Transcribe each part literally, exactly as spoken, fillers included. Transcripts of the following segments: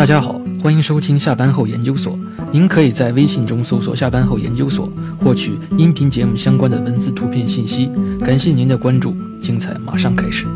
大家好，欢迎收听下班后研究所。您可以在微信中搜索下班后研究所，获取音频节目相关的文字图片信息。感谢您的关注，精彩马上开始。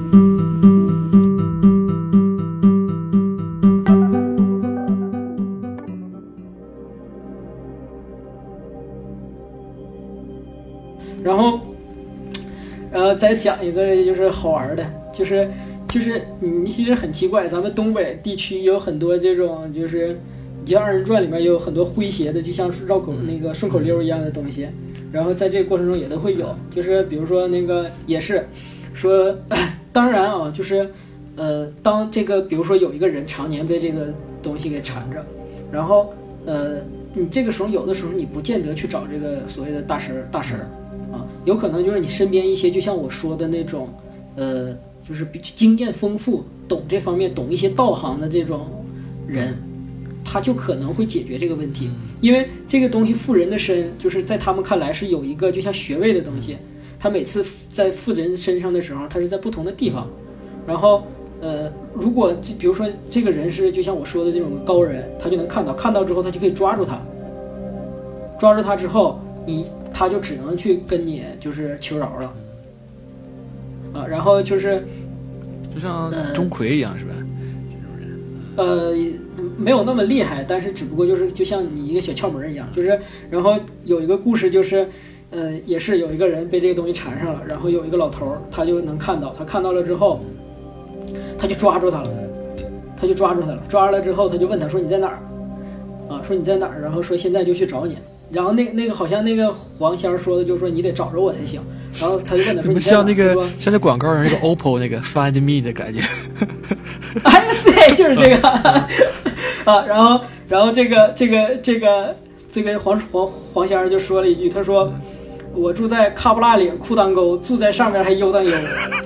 然后然后再讲一个就是好玩的，就是就是你其实很奇怪，咱们东北地区有很多这种，就是你像二人转里面也有很多诙谐的，就像绕口那个顺口溜一样的东西，然后在这个过程中也都会有，就是比如说那个也是说，当然啊，就是呃，当这个比如说有一个人常年被这个东西给缠着，然后呃，你这个时候有的时候你不见得去找这个所谓的大神大神啊，有可能就是你身边一些就像我说的那种呃。就是比经验丰富，懂这方面，懂一些道行的这种人，他就可能会解决这个问题。因为这个东西附人的身，就是在他们看来是有一个就像穴位的东西，他每次在附人身上的时候，他是在不同的地方。然后，呃，如果比如说这个人是就像我说的这种高人，他就能看到，看到之后他就可以抓住他，抓住他之后，你他就只能去跟你就是求饶了。啊，然后就是就像钟馗一样、呃、是吧？ 呃，没有那么厉害，但是只不过就是就像你一个小窍门一样，就是然后有一个故事就是，呃，也是有一个人被这个东西缠上了，然后有一个老头他就能看到，他看到了之后，他就抓住他了，他就抓住他了，抓住了之后他就问他说你在哪儿？啊，说你在哪儿？然后说现在就去找你。然后那那个好像那个黄仙说的，就是说你得找着我才行。然后他就问他说：“你像那个像那广告上那个 O P P O 那个 Find Me 的感觉。” 哎，对，就是这个啊。然后然后这个这个这个这个黄黄黄仙就说了一句，他说：“我住在喀布拉岭裤裆沟，住在上面还悠当悠。”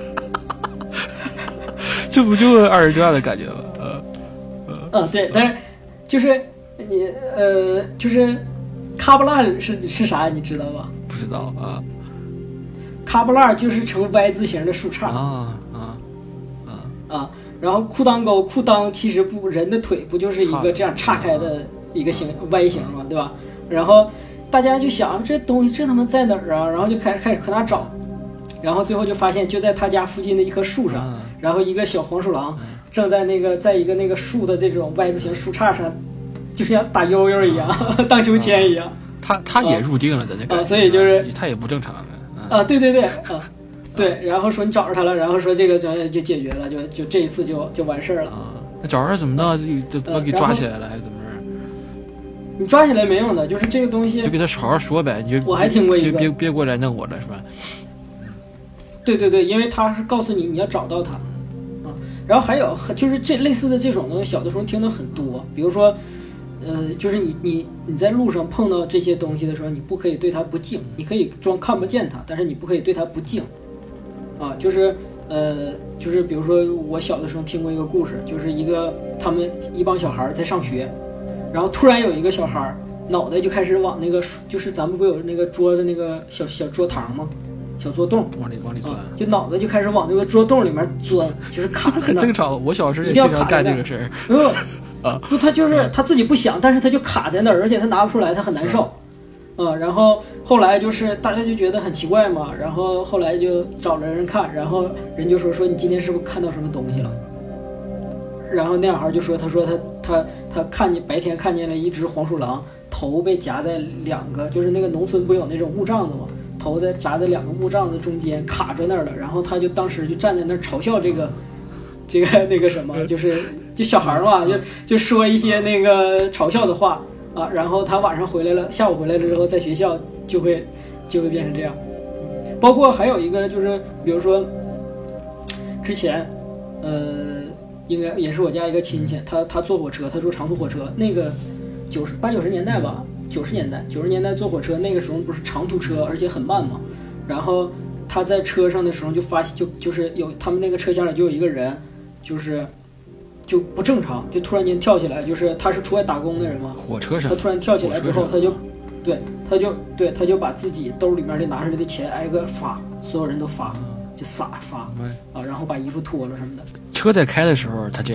这不就是二人转的感觉吗？ 呃呃啊，对，但是就是你呃就是。喀布拉是是啥你知道吧？ 不知道啊。 喀布拉就是呈 Y 字形的树杈啊啊啊啊！然后裤裆沟，裤裆其实不人的腿不就是一个这样岔开的一个形 Y 形嘛，对吧？然后大家就想这东西这他妈在哪儿啊？然后就开始开始和他找，然后最后就发现就在他家附近的一棵树上，然后一个小黄鼠狼正在那个在一个那个树的这种 Y 字形树杈上。就是像打悠悠一样、啊、荡秋千一样、啊、 他他也入定了的那个、 啊、所以就是他也不正常的、 啊、啊对对对啊对，然后说你找着他了，然后说这个就就解决了，就就这一次就就完事儿了啊。那找着他怎么的就就把给抓起来了、啊、还是怎么着？ 你抓起来没用的，就是这个东西就给他好好说呗，你就我还听过一个别别过来弄我了是吧？ 对对对，因为他是告诉你你要找到他啊。然后还有就是这类似的这种东西，小的时候听的很多，比如说呃，就是你你你在路上碰到这些东西的时候，你不可以对它不敬，你可以装看不见它，但是你不可以对它不敬，啊，就是呃，就是比如说我小的时候听过一个故事，就是一个他们一帮小孩在上学，然后突然有一个小孩脑袋就开始往那个就是咱们不有那个桌的那个小小桌堂吗？小桌洞往里往里钻、啊， 就脑袋就开始往那个桌洞里面钻，就是卡在那。 很正常，我小时候也经常干这个事儿。 嗯。啊，不，他就是他自己不想，但是他就卡在那儿，而且他拿不出来，他很难受，嗯，然后后来就是大家就觉得很奇怪嘛，然后后来就找了人看，然后人就说说你今天是不是看到什么东西了？然后那小孩就说，他说他他他看见白天看见了一只黄鼠狼，头被夹在两个，就是那个农村不有那种木杖子吗？头在夹在两个木杖子中间卡在那儿了，然后他就当时就站在那儿嘲笑这个。这个那个什么，就是就小孩嘛，就就说一些那个嘲笑的话啊，然后他晚上回来了，下午回来了之后，在学校就会就会变成这样。包括还有一个就是，比如说之前，呃，应该也是我家一个亲戚，他他坐火车，他坐长途火车，那个九十八九十年代吧，九十年代九十年代坐火车，那个时候不是长途车，而且很慢嘛，然后他在车上的时候就发就就是有他们那个车厢里就有一个人。就是就不正常，就突然间跳起来，就是他是出来打工的人嘛， 火车上他突然跳起来之后，他就对他就对他就把自己兜里面的拿出来的钱挨个发，所有人都发，就撒发啊，然后把衣服脱了什么的。 车在开的时候他这样，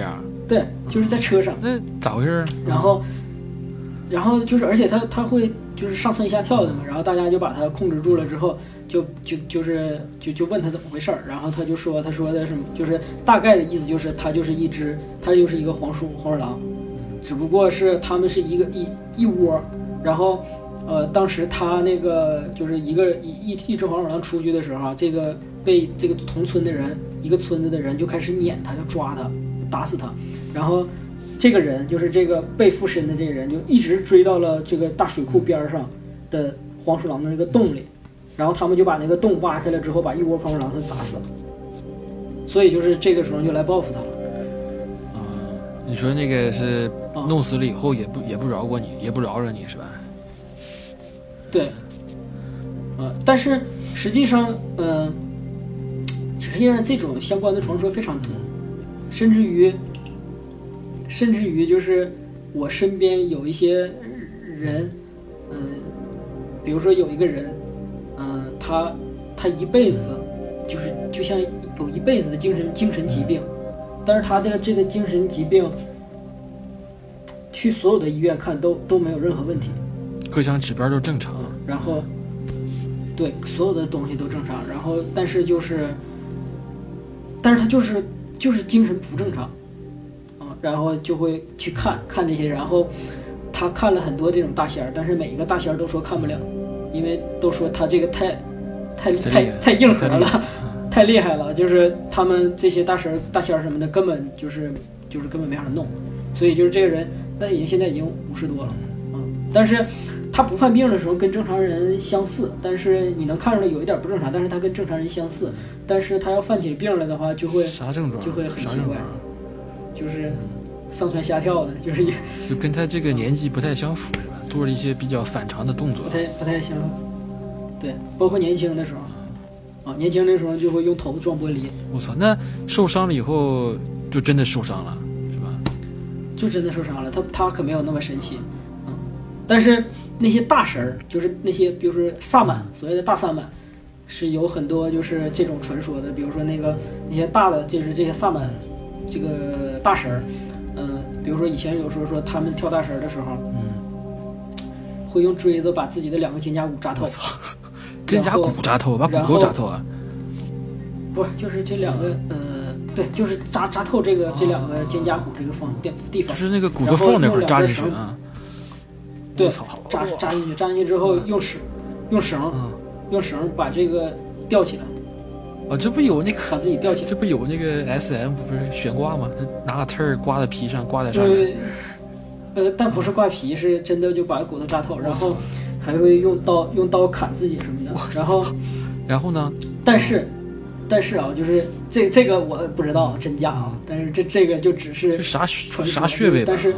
对，就是在车上。 那咋回事？ 然后，然后就是，而且他他会就是上蹿下跳的嘛，然后大家就把他控制住了之后，就就就是就就问他怎么回事儿，然后他就说他说的什么，就是大概的意思就是他就是一只，他就是一个黄鼠黄鼠狼，只不过是他们是一个一一窝，然后。呃，当时他那个就是一个一一一只黄鼠狼出去的时候，这个被这个同村的人，一个村子的人就开始撵他，要抓他，打死他。然后这个人就是这个被附身的这个人，就一直追到了这个大水库边上的黄鼠狼的那个洞里，然后他们就把那个洞挖开了之后，把一窝黄鼠狼都打死了。所以就是这个时候就来报复他了。 啊、嗯，你说那个是弄死了以后也不、嗯、也不饶过你，也不饶着你是吧？ 对，呃，但是实际上，嗯、呃，实际上这种相关的传说非常多，甚至于，甚至于就是我身边有一些人，嗯、呃，比如说有一个人，嗯、呃，他他一辈子就是就像有一辈子的精神精神疾病，但是他的这个精神疾病，去所有的医院看都都没有任何问题。 各项指标都正常， 然后，对所有的东西都正常，然后但是就是，但是他就是就是精神不正常，啊，然后就会去看看这些，然后他看了很多这种大仙儿，但是每一个大仙儿都说看不了，因为都说他这个太太太太硬核了，太厉害了，就是他们这些大神大仙儿什么的根本就是就是根本没法弄，所以就是这个人，那已经现在已经五十多了，啊，但是。他不犯病的时候跟正常人相似，但是你能看出来有一点不正常，但是他跟正常人相似，但是他要犯起病来的话就会啥症状？ 就会很奇怪，就是上蹿下跳的，就是就跟他这个年纪不太相符是吧？做了一些比较反常的动作， 不太不太相符。对，包括年轻的时候，啊，年轻的时候就会用头撞玻璃。 我操，那受伤了以后就真的受伤了是吧？ 就真的受伤了，他他可没有那么神奇，嗯，但是。那些大神儿，就是那些，比如说萨满，所谓的大萨满，是有很多就是这种传说的。比如说那个那些大的，就是这些萨满，这个大神儿，嗯、呃，比如说以前有时候说他们跳大神的时候，嗯，会用锥子把自己的两个肩胛骨扎透。 肩胛骨扎透，把骨头扎透啊？ 不，就是这两个，呃，对，就是扎扎透这个这两个肩胛骨这个方地方， 就是那个骨头缝那块扎进去啊。 对，扎扎进去，扎进去之后用绳，用绳， 嗯、 用绳把这个吊起来。 哦，这不有那个把自己吊起来， 这不有那个 S M 不是悬挂吗？拿个刺儿挂在皮上，挂在上面。 呃，但不是挂皮，是真的就把骨头扎透，然后还会用刀用刀砍自己什么的。然后， 然后呢？ 但是，但是啊，就是这这个我不知道真假啊，但是这这个就只是啥传啥穴位吧， 但是。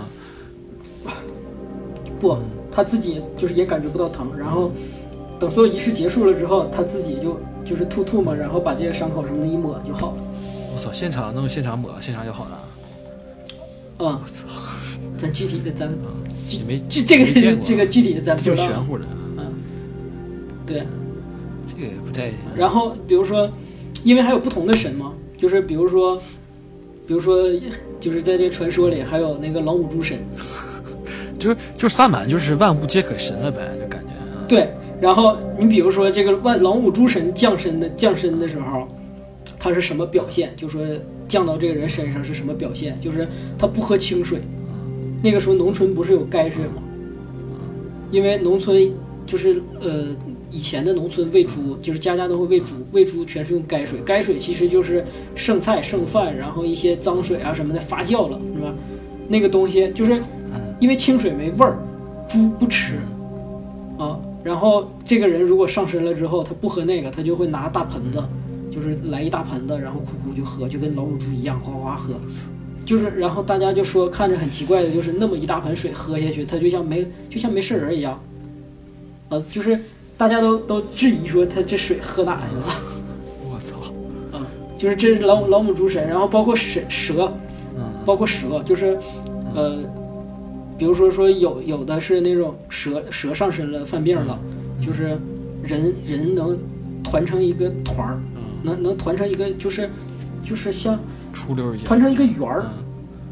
不，他自己就是也感觉不到疼，然后等所有仪式结束了之后，他自己就就是吐吐嘛，然后把这些伤口什么的一抹就好了。 我操，现场弄现场抹，现场就好了。 嗯， 我操， 咱具体的咱也没这这个这个具体的咱不知道， 就玄乎的。 嗯，对， 这个不太。 然后比如说，因为还有不同的神嘛，就是比如说，比如说就是在这传说里还有那个老母猪神。 就就萨满就是万物皆可神了呗，就感觉。 对，然后你比如说这个万老母猪神降生的降生的时候，它是什么表现？就说降到这个人身上是什么表现？就是他不喝清水。那个时候农村不是有泔水吗？因为农村就是呃以前的农村喂猪，就是家家都会喂猪，喂猪全是用泔水。泔水其实就是剩菜剩饭，然后一些脏水啊什么的发酵了，是吧？那个东西就是。因为清水没味儿，猪不吃啊。然后这个人如果上身了之后，他不喝那个，他就会拿大盆子，就是来一大盆子，然后哭哭就喝，就跟老母猪一样，哗哗喝。就是，然后大家就说看着很奇怪的，就是那么一大盆水喝下去，他就像没就像没事人一样，啊，就是大家都都质疑说他这水喝哪去了？ 我操！ 啊，就是这是老老母猪神，然后包括蛇蛇，包括蛇，就是呃。比如说说有有的是那种蛇蛇上身了犯病了，嗯、就是人人能团成一个团儿，嗯、能能团成一个就是就是像出溜一下， 团成一个圆儿，嗯、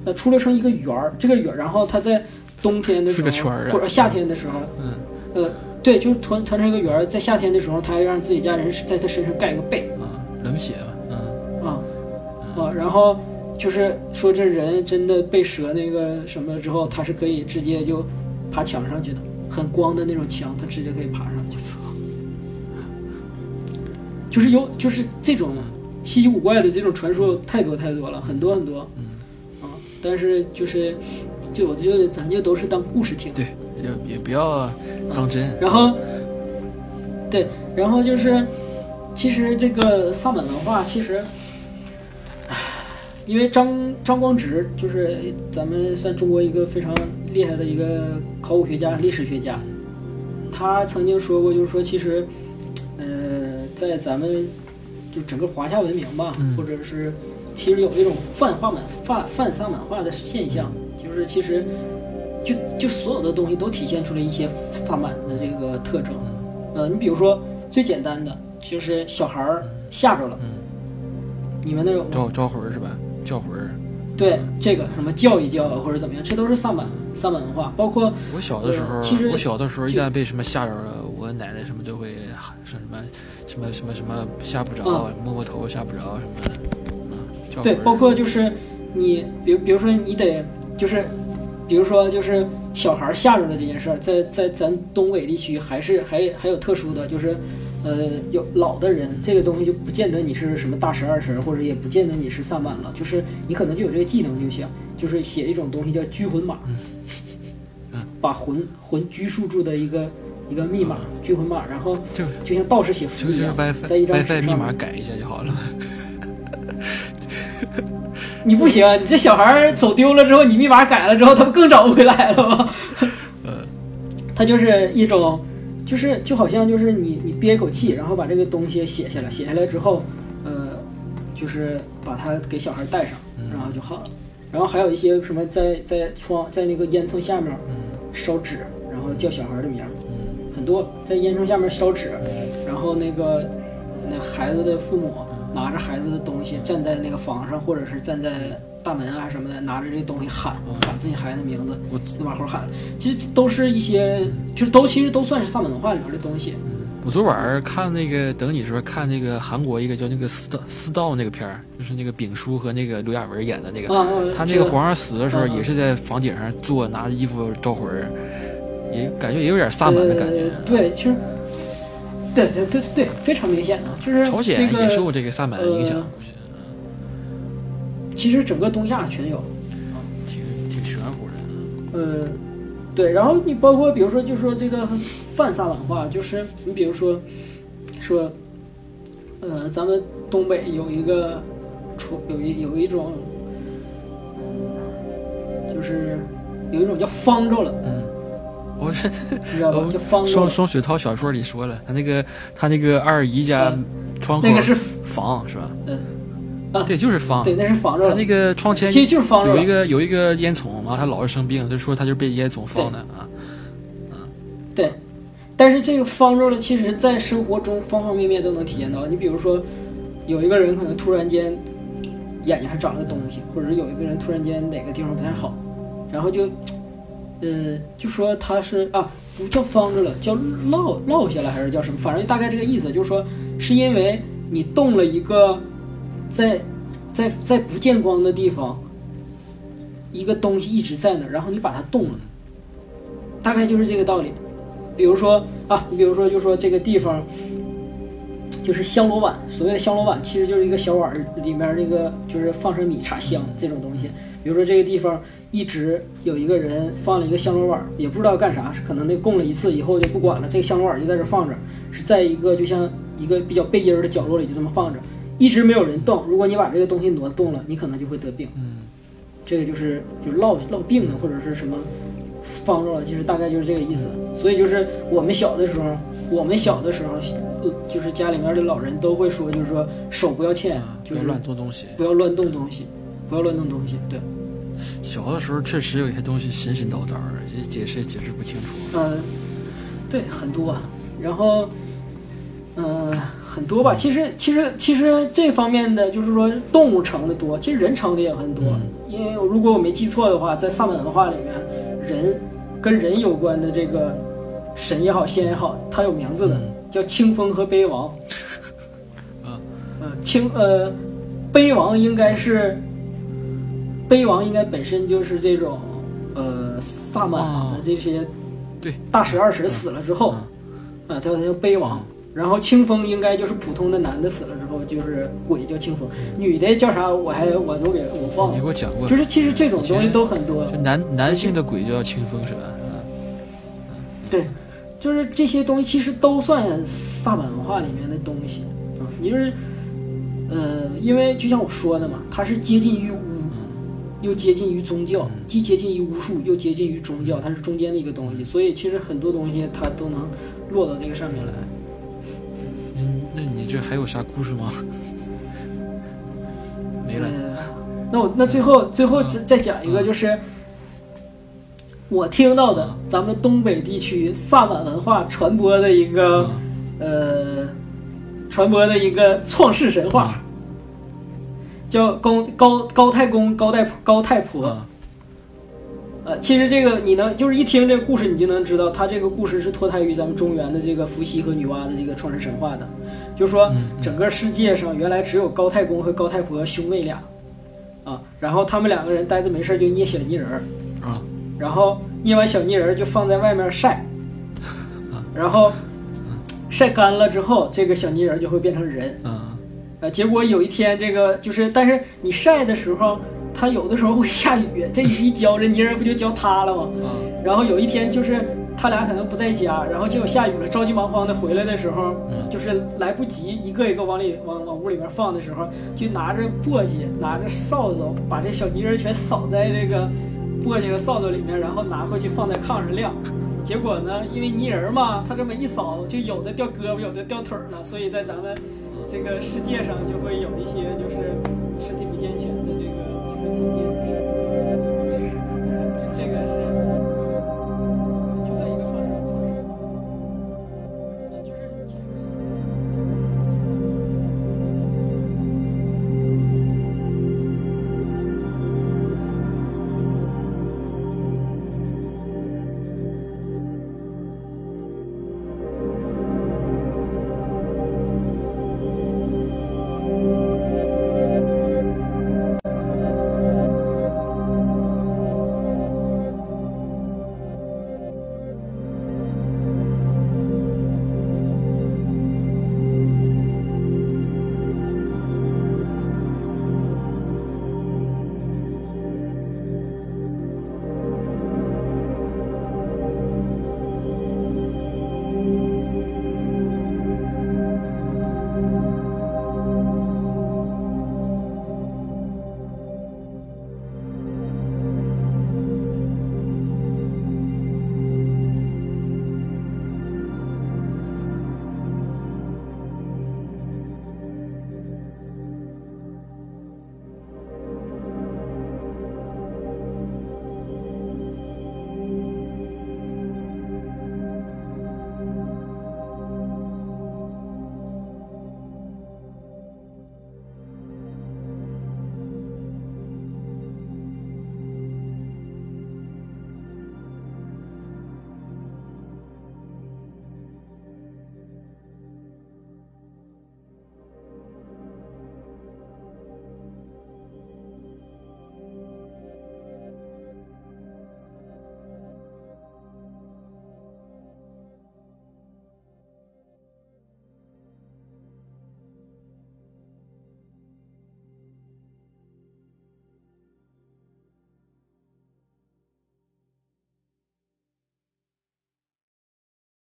呃出溜成一个圆儿，这个圆儿，然后它在冬天的时候是个圈儿啊或者夏天的时候， 嗯， 呃，对，就是团团成一个圆儿，在夏天的时候，他还让自己家人在他身上盖一个被， 啊，冷血嘛，嗯啊啊，然后就是说这人真的被蛇那个什么之后，他是可以直接就爬墙上去的，很光的那种墙，他直接可以爬上去。就是有就是这种稀奇古怪的这种传说太多太多了，很多很多， 嗯啊，但是就是就我觉得咱就都是当故事听， 对，也也不要当真。 啊、然后对，然后就是其实这个萨满文化其实。因为张张光直就是咱们算中国一个非常厉害的一个考古学家、历史学家，他曾经说过，就是说其实，呃，在咱们就整个华夏文明吧， 嗯、 或者是其实有一种泛化满泛泛萨满化的现象，就是其实就就所有的东西都体现出了一些萨满的这个特征。呃，你比如说最简单的就是小孩儿吓着了， 嗯、 你们那种招招魂是吧？叫魂儿， 对这个什么叫一叫啊，或者怎么样，这都是萨满萨满文化。包括我小的时候， 呃、其实我小的时候一旦被什么吓着了，我奶奶什么都会说什么什么什么什么吓不着，嗯、摸摸头吓不着什么的。啊，叫对，包括就是你，比如比如说你得就是，比如说就是小孩吓着了这件事儿，在在咱东北地区还是还还有特殊的就是。呃，有老的人，这个东西就不见得你是什么大神二神，或者也不见得你是萨满了，就是你可能就有这个技能就行，就是写一种东西叫拘魂码， 嗯嗯、 把魂魂拘束住的一个一个密码， 嗯、 拘魂码，然后就就像道士写符一样，在一张纸上 WiFi 密码改一下就好了。 你不行，你这小孩走丢了之后，你密码改了之后，他不更找不回来了吗？ 呃， 它就是一种。就是就好像就是你你憋一口气，然后把这个东西写下来，写下来之后，呃，就是把它给小孩带上，然后就好了。然后还有一些什么在在窗在那个烟囱下面烧纸，然后叫小孩的名，很多在烟囱下面烧纸，然后那个那孩子的父母拿着孩子的东西站在那个房上，或者是站在大门啊什么的，拿着这个东西喊喊自己孩子的名字，就往后喊。其实都是一些，就是都其实都算是萨满文化里面的东西。 我昨晚看那个，等你说看那个韩国一个叫那个私道私道那个片儿，就是那个丙叔和那个刘亚文演的那个， 啊、 他那个皇上死的时候也是在房顶上坐，拿着衣服招魂，也感觉也有点萨满的感觉。 呃、对，其实。对对对对，非常明显的，就是朝鲜也受这个萨满影响。 呃其实整个东亚全有， 啊，挺挺玄乎的。 呃，对，然后你包括比如说，就说这个泛萨满化，就是你比如说说，呃，咱们东北有一个出有一有一种，嗯、呃，就是有一种叫方着了， 嗯。我是你知道吧？叫方着。 双双雪涛小说里说了，他那个他那个二姨家窗口、 呃、那个是房是吧？ 嗯。啊， 对，就是方， 对，那是方着。 他那个窗前其实就是方着， 有一个有一个烟囱嘛，他老是生病，就说他就是被烟囱放的啊。 嗯，对。但是这个方着了，其实在生活中方方面面都能体现到。你比如说，有一个人可能突然间眼睛上长了东西，或者是有一个人突然间哪个地方不太好，然后就呃就说他是啊，不叫方着了，叫落落下来还是叫什么？反正大概这个意思，就是说是因为你动了一个。在在在不见光的地方，一个东西一直在那儿，然后你把它动了，大概就是这个道理。比如说啊，你比如说就说这个地方就是香螺碗，所谓的香螺碗其实就是一个小碗里面那个就是放上米茶香这种东西。比如说这个地方一直有一个人放了一个香螺碗，也不知道干啥，是可能那供了一次以后就不管了，这个香螺碗就在这放着，是在一个就像一个比较背阴的角落里就这么放着。一直没有人动，如果你把这个东西挪动了，你可能就会得病。 嗯， 这个就是就落落病了，或者是什么方着了，其实大概就是这个意思。所以就是我们小的时候，我们小的时候，就是家里面的老人都会说，就是说手不要欠， 啊、 就是不要乱动东西， 不要乱动东西，不要乱动东西。对， 小的时候确实有一些东西神神叨叨的，也解释也解释不清楚。 嗯，对，很多。然后。 嗯、呃，很多吧。其实其实其实这方面的就是说动物成的多，其实人成的也很多。嗯、因为如果我没记错的话，在萨满文化里面，人跟人有关的这个神也好仙也好，它有名字的，嗯、叫清风和悲王。嗯呃清呃悲王应该是悲王应该本身就是这种呃萨满的这些。哦对， 大十二神死了之后，嗯、啊，他叫悲王。然后清风应该就是普通的男的死了之后，就是鬼叫清风，女的叫啥我还我都给我忘了。 你给我讲过。 就是其实这种东西都很多。 就男男性的鬼就叫清风是吧？ 对，就是这些东西其实都算萨满文化里面的东西啊。你就是，呃，因为就像我说的嘛，它是接近于巫。又接近于宗教，既接近于巫术，又接近于宗教，它是中间的一个东西，所以其实很多东西它都能落到这个上面来。 嗯，那你这还有啥故事吗？没了。 呃、那我那最后最后再再讲一个，就是、嗯、我听到的咱们东北地区萨满文化传播的一个、嗯、呃传播的一个创世神话。嗯叫高高高太公高太高太婆，啊、呃，其实这个你能就是一听这个故事，你就能知道，它这个故事是脱胎于咱们中原的这个伏羲和女娲的这个创世神话的。就是说，整个世界上原来只有高太公和高太婆兄妹俩，啊，然后他们两个人呆着没事就捏小泥人儿，啊，然后捏完小泥人就放在外面晒，然后晒干了之后，这个小泥人就会变成人，啊。呃，结果有一天，这个就是，但是你晒的时候，它有的时候会下雨，这雨一浇，这泥人不就浇塌了吗？嗯。然后有一天，就是他俩可能不在家，然后结果下雨了，着急忙慌的回来的时候，嗯、就是来不及一个一个往里往往屋里面放的时候，就拿着簸箕，拿着扫帚，把这小泥人全扫在这个簸箕和扫帚里面，然后拿回去放在炕上晾。结果呢，因为泥人嘛，他这么一扫，就有的掉胳膊，有的掉腿了，所以在咱们这个世界上就会有一些就是身体不健全的